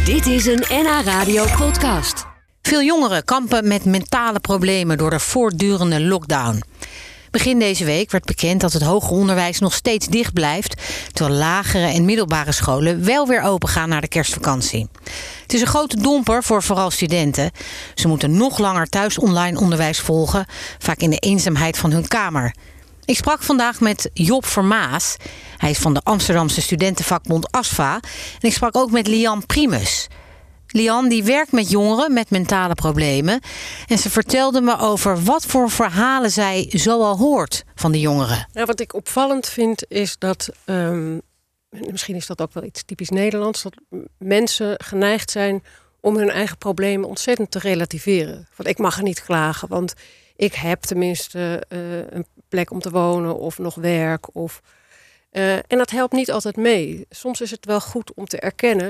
Dit is een NH Radio podcast. Veel jongeren kampen met mentale problemen door de voortdurende lockdown. Begin deze week werd bekend dat het hoger onderwijs nog steeds dicht blijft, terwijl lagere en middelbare scholen wel weer open gaan na de kerstvakantie. Het is een grote domper voor vooral studenten. Ze moeten nog langer thuis online onderwijs volgen, vaak in de eenzaamheid van hun kamer. Ik sprak vandaag met Job Vermaas. Hij is van de Amsterdamse studentenvakbond ASFA. En ik sprak ook met Lian Primus. Lian die werkt met jongeren met mentale problemen. En ze vertelde me over wat voor verhalen zij zoal hoort van de jongeren. Nou, wat ik opvallend vind is dat, misschien is dat ook wel iets typisch Nederlands, dat mensen geneigd zijn om hun eigen problemen ontzettend te relativeren. Want ik mag er niet klagen, want ik heb tenminste een plek om te wonen of nog werk. En dat helpt niet altijd mee. Soms is het wel goed om te erkennen,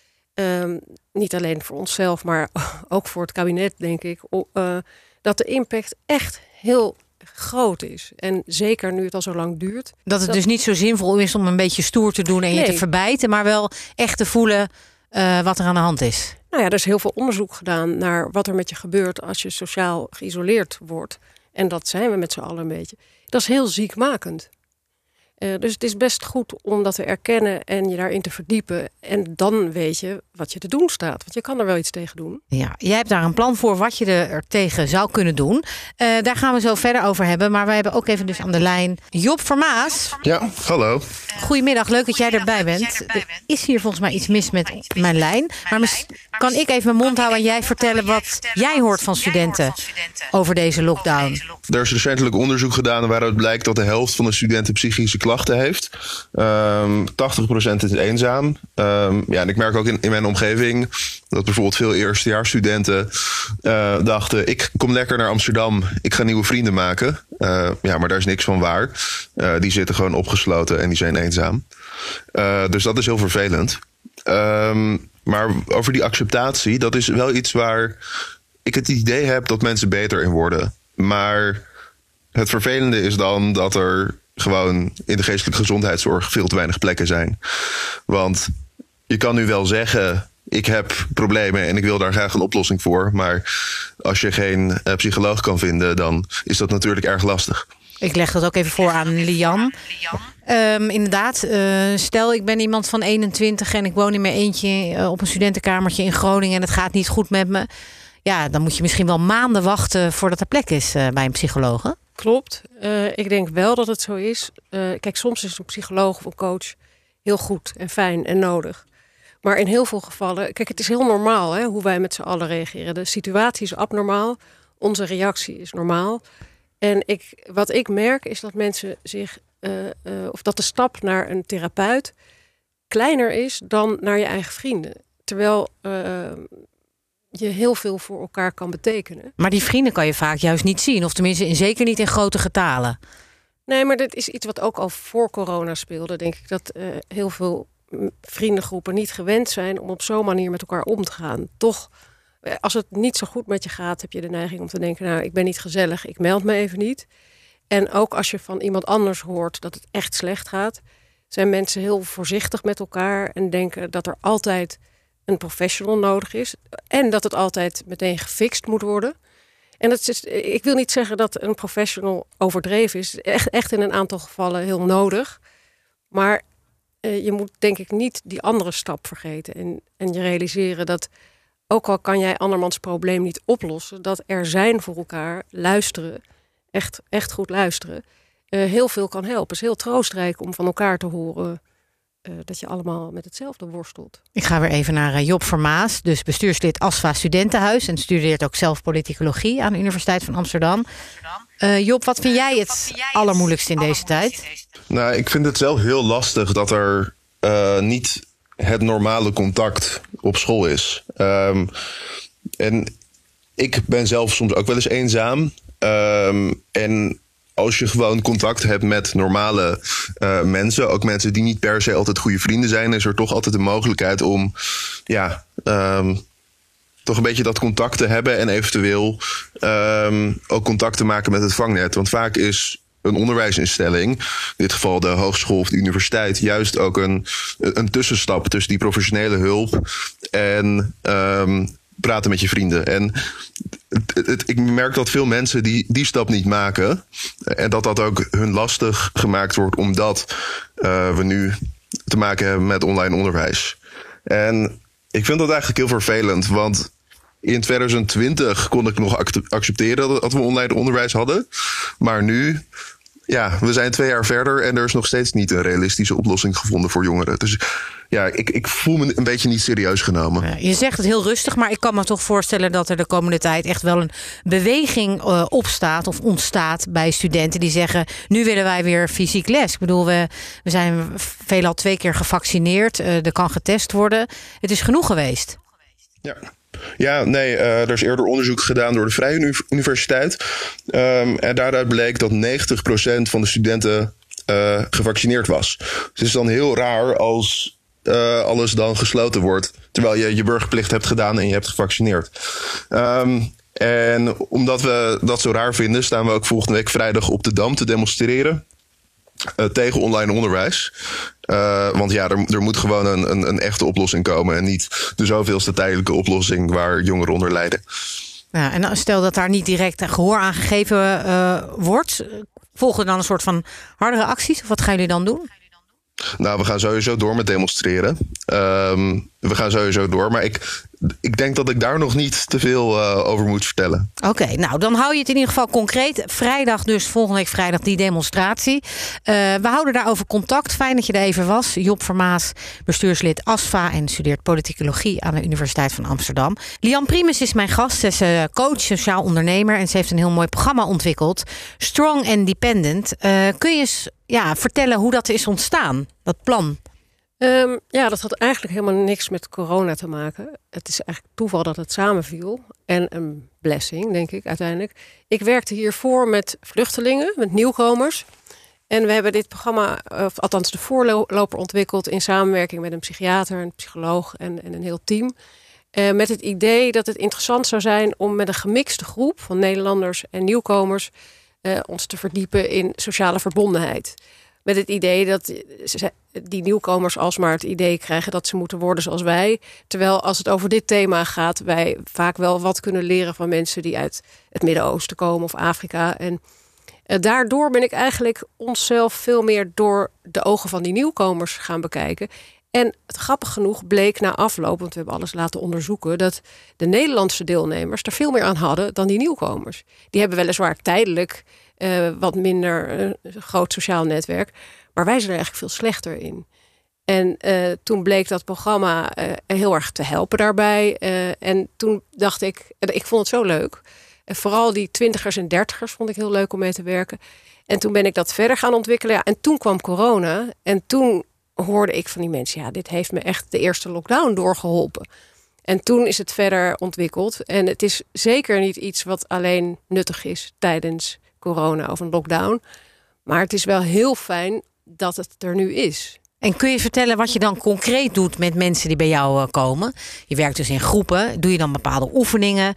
niet alleen voor onszelf, maar ook voor het kabinet, denk ik, dat de impact echt heel groot is. En zeker nu het al zo lang duurt. Dat het dus niet zo zinvol is om een beetje stoer te doen en je te verbijten, maar wel echt te voelen wat er aan de hand is. Nou ja, er is heel veel onderzoek gedaan naar wat er met je gebeurt als je sociaal geïsoleerd wordt. En dat zijn we met z'n allen een beetje. Dat is heel ziekmakend. Dus het is best goed om dat te erkennen en je daarin te verdiepen. En dan weet je wat je te doen staat. Want je kan er wel iets tegen doen. Ja, jij hebt daar een plan voor wat je er tegen zou kunnen doen. Daar gaan we zo verder over hebben. Maar wij hebben ook even dus aan de lijn Job Vermaas. Ja, hallo. Goedemiddag, leuk dat jij erbij bent. Er is hier volgens mij iets mis met mijn lijn. Maar kan ik even mijn mond houden en jij vertellen wat jij hoort van studenten over deze lockdown? Er is recentelijk onderzoek gedaan waaruit blijkt dat de helft van de studenten psychische klachten heeft. 80% is eenzaam. En ik merk ook in mijn omgeving dat bijvoorbeeld veel eerstejaarsstudenten dachten, ik kom lekker naar Amsterdam, ik ga nieuwe vrienden maken. Maar daar is niks van waar. Die zitten gewoon opgesloten en die zijn eenzaam. Dus dat is heel vervelend. Maar over die acceptatie, dat is wel iets waar ik het idee heb dat mensen beter in worden. Maar het vervelende is dan dat er gewoon in de geestelijke gezondheidszorg veel te weinig plekken zijn. Want je kan nu wel zeggen, ik heb problemen en ik wil daar graag een oplossing voor. Maar als je geen psycholoog kan vinden, dan is dat natuurlijk erg lastig. Ik leg dat ook even voor aan Lian. Inderdaad, stel ik ben iemand van 21 en ik woon in mijn eentje op een studentenkamertje in Groningen en het gaat niet goed met me. Ja, dan moet je misschien wel maanden wachten voordat er plek is bij een psycholoog. Hè? Klopt. Ik denk wel dat het zo is. Kijk, soms is een psycholoog of een coach heel goed en fijn en nodig. Maar in heel veel gevallen, kijk, het is heel normaal hè, hoe wij met z'n allen reageren. De situatie is abnormaal, onze reactie is normaal. En wat ik merk is dat mensen zich, of dat de stap naar een therapeut kleiner is dan naar je eigen vrienden. Terwijl je heel veel voor elkaar kan betekenen. Maar die vrienden kan je vaak juist niet zien. Of tenminste zeker niet in grote getalen. Nee, maar dat is iets wat ook al voor corona speelde. Denk ik dat heel veel vriendengroepen niet gewend zijn om op zo'n manier met elkaar om te gaan. Toch, als het niet zo goed met je gaat, heb je de neiging om te denken, nou, ik ben niet gezellig, ik meld me even niet. En ook als je van iemand anders hoort dat het echt slecht gaat, zijn mensen heel voorzichtig met elkaar en denken dat er altijd een professional nodig is. En dat het altijd meteen gefixt moet worden. En dat is, ik wil niet zeggen dat een professional overdreven is. Echt in een aantal gevallen heel nodig. Maar je moet denk ik niet die andere stap vergeten. En je realiseren dat ook al kan jij andermans probleem niet oplossen, dat er zijn voor elkaar, luisteren, echt goed luisteren, heel veel kan helpen. Het is heel troostrijk om van elkaar te horen dat je allemaal met hetzelfde worstelt. Ik ga weer even naar Job Vermaas, dus bestuurslid ASFA Studentenhuis en studeert ook zelf politicologie aan de Universiteit van Amsterdam. Job, wat vind jij het allermoeilijkst in deze tijd? Nou, ik vind het wel heel lastig dat er niet het normale contact op school is. En ik ben zelf soms ook wel eens eenzaam. En als je gewoon contact hebt met normale mensen, ook mensen die niet per se altijd goede vrienden zijn, is er toch altijd de mogelijkheid om toch een beetje dat contact te hebben en eventueel ook contact te maken met het vangnet. Want vaak is een onderwijsinstelling, in dit geval de hogeschool of de universiteit, juist ook een tussenstap tussen die professionele hulp en praten met je vrienden. En ik merk dat veel mensen die stap niet maken. En dat ook hun lastig gemaakt wordt, omdat we nu te maken hebben met online onderwijs. En ik vind dat eigenlijk heel vervelend, want in 2020 kon ik nog accepteren dat we online onderwijs hadden. Maar nu, we zijn 2 jaar verder en er is nog steeds niet een realistische oplossing gevonden voor jongeren. Dus ik voel me een beetje niet serieus genomen. Ja, je zegt het heel rustig, maar ik kan me toch voorstellen dat er de komende tijd echt wel een beweging opstaat of ontstaat bij studenten die zeggen, nu willen wij weer fysiek les. Ik bedoel, we zijn veelal 2 keer gevaccineerd. Er kan getest worden. Het is genoeg geweest. Ja, nee, er is eerder onderzoek gedaan door de Vrije Universiteit. En daaruit bleek dat 90% van de studenten gevaccineerd was. Dus het is dan heel raar als alles dan gesloten wordt, terwijl je je burgerplicht hebt gedaan en je hebt gevaccineerd. En omdat we dat zo raar vinden, staan we ook volgende week vrijdag op de Dam te demonstreren tegen online onderwijs. Want er moet gewoon een echte oplossing komen en niet de zoveelste tijdelijke oplossing waar jongeren onder lijden. Ja, en stel dat daar niet direct gehoor aan gegeven wordt, volgen dan een soort van hardere acties? Of wat gaan jullie dan doen? Nou, we gaan sowieso door met demonstreren. We gaan sowieso door, maar ik denk dat ik daar nog niet te veel over moet vertellen. Oké, nou dan hou je het in ieder geval concreet. Vrijdag dus, volgende week vrijdag, die demonstratie. We houden daarover contact. Fijn dat je er even was. Job Vermaas, bestuurslid ASFA en studeert politicologie aan de Universiteit van Amsterdam. Lian Primus is mijn gast. Ze is coach, sociaal ondernemer en ze heeft een heel mooi programma ontwikkeld. Strong and Dependent. Kun je eens vertellen hoe dat is ontstaan, dat plan? Dat had eigenlijk helemaal niks met corona te maken. Het is eigenlijk toeval dat het samenviel. En een blessing, denk ik, uiteindelijk. Ik werkte hiervoor met vluchtelingen, met nieuwkomers. En we hebben dit programma, of althans de voorloper, ontwikkeld in samenwerking met een psychiater, een psycholoog en een heel team. Met het idee dat het interessant zou zijn om met een gemixte groep van Nederlanders en nieuwkomers ons te verdiepen in sociale verbondenheid. Met het idee dat die nieuwkomers alsmaar het idee krijgen dat ze moeten worden zoals wij. Terwijl als het over dit thema gaat, wij vaak wel wat kunnen leren van mensen die uit het Midden-Oosten komen of Afrika. En daardoor ben ik eigenlijk onszelf veel meer door de ogen van die nieuwkomers gaan bekijken. En het grappig genoeg bleek na afloop, want we hebben alles laten onderzoeken, dat de Nederlandse deelnemers er veel meer aan hadden dan die nieuwkomers. Die hebben weliswaar tijdelijk wat minder groot sociaal netwerk, maar wij zijn er eigenlijk veel slechter in. En toen bleek dat programma heel erg te helpen daarbij. En toen dacht ik vond het zo leuk. En vooral die 20ers en 30ers vond ik heel leuk om mee te werken. En toen ben ik dat verder gaan ontwikkelen. Ja, en toen kwam corona. En toen hoorde ik van die mensen, dit heeft me echt de eerste lockdown doorgeholpen. En toen is het verder ontwikkeld. En het is zeker niet iets wat alleen nuttig is tijdens corona of een lockdown. Maar het is wel heel fijn dat het er nu is. En kun je vertellen wat je dan concreet doet met mensen die bij jou komen? Je werkt dus in groepen. Doe je dan bepaalde oefeningen?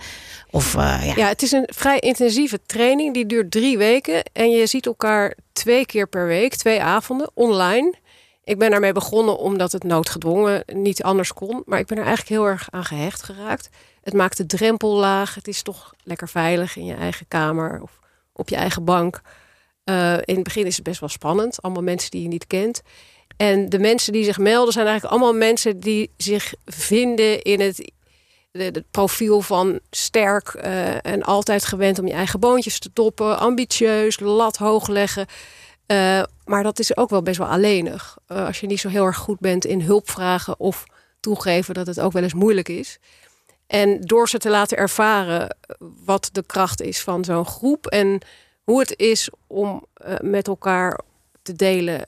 Ja, het is een vrij intensieve training. Die duurt 3 weken. En je ziet elkaar 2 keer per week, 2 avonden, online. Ik ben daarmee begonnen omdat het noodgedwongen niet anders kon. Maar ik ben er eigenlijk heel erg aan gehecht geraakt. Het maakt de drempel laag. Het is toch lekker veilig in je eigen kamer of op je eigen bank. In het begin is het best wel spannend. Allemaal mensen die je niet kent. En de mensen die zich melden zijn eigenlijk allemaal mensen die zich vinden in het profiel van sterk en altijd gewend om je eigen boontjes te toppen. Ambitieus, lat hoog leggen. Maar dat is ook wel best wel alleenig. Als je niet zo heel erg goed bent in hulp vragen of toegeven dat het ook wel eens moeilijk is. En door ze te laten ervaren wat de kracht is van zo'n groep en hoe het is om met elkaar te delen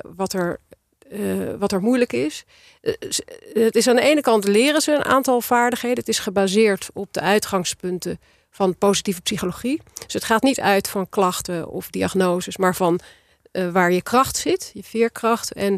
wat er moeilijk is. Het is aan de ene kant leren ze een aantal vaardigheden. Het is gebaseerd op de uitgangspunten van positieve psychologie. Dus het gaat niet uit van klachten of diagnoses, maar van waar je kracht zit, je veerkracht. En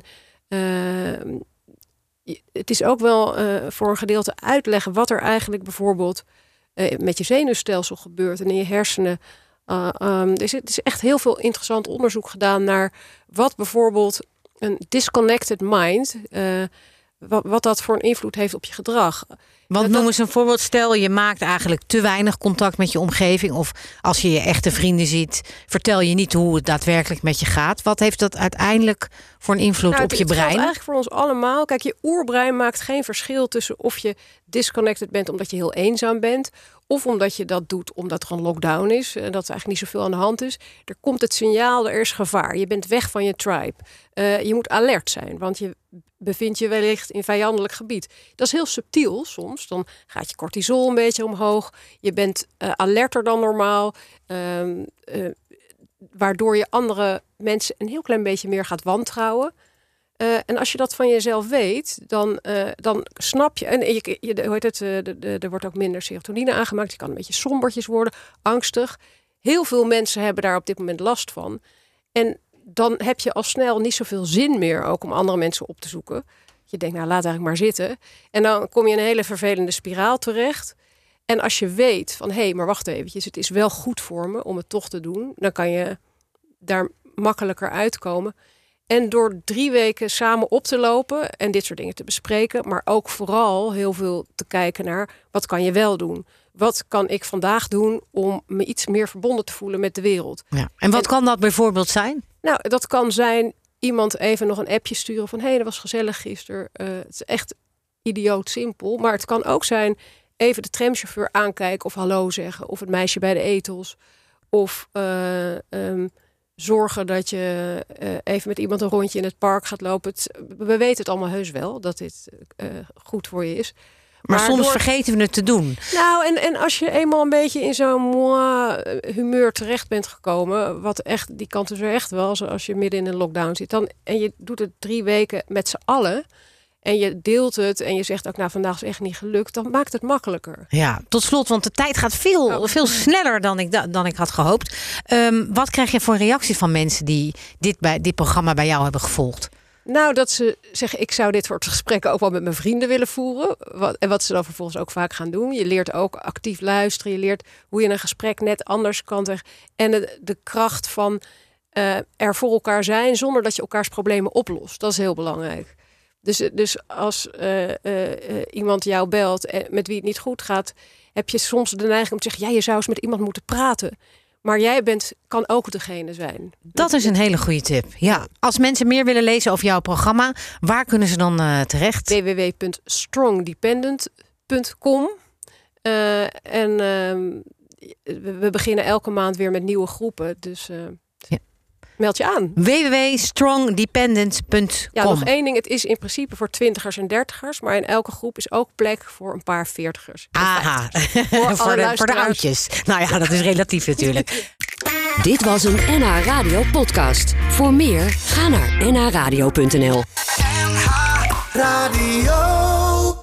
het is ook wel voor een gedeelte uitleggen wat er eigenlijk bijvoorbeeld met je zenuwstelsel gebeurt en in je hersenen. Dus het is echt heel veel interessant onderzoek gedaan naar wat bijvoorbeeld een disconnected mind, wat dat voor een invloed heeft op je gedrag. Want noem eens een voorbeeld. Stel, je maakt eigenlijk te weinig contact met je omgeving. Of als je je echte vrienden ziet, vertel je niet hoe het daadwerkelijk met je gaat. Wat heeft dat uiteindelijk voor een invloed op je brein? Het geldt eigenlijk voor ons allemaal. Kijk, je oerbrein maakt geen verschil tussen of je disconnected bent omdat je heel eenzaam bent, of omdat je dat doet omdat er een lockdown is en dat er eigenlijk niet zoveel aan de hand is. Er komt het signaal, er is gevaar. Je bent weg van je tribe. Je moet alert zijn, want je bevindt je wellicht in vijandelijk gebied. Dat is heel subtiel soms. Dan gaat je cortisol een beetje omhoog. Je bent alerter dan normaal. Waardoor je andere mensen een heel klein beetje meer gaat wantrouwen. En als je dat van jezelf weet, dan snap je. En er wordt ook minder serotonine aangemaakt. Je kan een beetje sombertjes worden, angstig. Heel veel mensen hebben daar op dit moment last van. En dan heb je al snel niet zoveel zin meer ook om andere mensen op te zoeken. Je denkt, nou laat eigenlijk maar zitten. En dan kom je in een hele vervelende spiraal terecht. En als je weet van, hé, maar wacht eventjes, het is wel goed voor me om het toch te doen. Dan kan je daar makkelijker uitkomen. En door 3 weken samen op te lopen en dit soort dingen te bespreken, maar ook vooral heel veel te kijken naar, wat kan je wel doen? Wat kan ik vandaag doen om me iets meer verbonden te voelen met de wereld? Ja. En wat kan dat bijvoorbeeld zijn? Nou, dat kan zijn iemand even nog een appje sturen van, hé, dat was gezellig gisteren. Het is echt idioot simpel. Maar het kan ook zijn even de tramchauffeur aankijken of hallo zeggen. Of het meisje bij de etels. Of zorgen dat je even met iemand een rondje in het park gaat lopen. We weten het allemaal heus wel, dat dit goed voor je is. Maar soms vergeten we het te doen. Nou, en als je eenmaal een beetje in zo'n humeur terecht bent gekomen, wat echt, die kant is er echt wel, als je midden in een lockdown zit, en je doet het 3 weken met z'n allen, en je deelt het en je zegt ook, nou, vandaag is echt niet gelukt, dan maakt het makkelijker. Ja, tot slot, want de tijd gaat veel sneller dan ik had gehoopt. Wat krijg je voor reactie van mensen die dit programma bij jou hebben gevolgd? Nou, dat ze zeggen, ik zou dit soort gesprekken ook wel met mijn vrienden willen voeren. Wat ze dan vervolgens ook vaak gaan doen. Je leert ook actief luisteren. Je leert hoe je een gesprek net anders kan zeggen. En de kracht van er voor elkaar zijn zonder dat je elkaars problemen oplost. Dat is heel belangrijk. Dus als iemand jou belt met wie het niet goed gaat, heb je soms de neiging om te zeggen, ja, je zou eens met iemand moeten praten. Maar jij kan ook degene zijn. Dat is een hele goede tip. Ja. Als mensen meer willen lezen over jouw programma, waar kunnen ze dan terecht? www.strongdependent.com. We beginnen elke maand weer met nieuwe groepen. Dus meld je aan. www.strongdependent.com. Ja, nog 1 ding. Het is in principe voor 20ers en 30ers. Maar in elke groep is ook plek voor een paar 40ers. Aha, voor de oudjes. Nou ja, dat is relatief natuurlijk. Dit was een NH Radio podcast. Voor meer, ga naar nhradio.nl. NH Radio.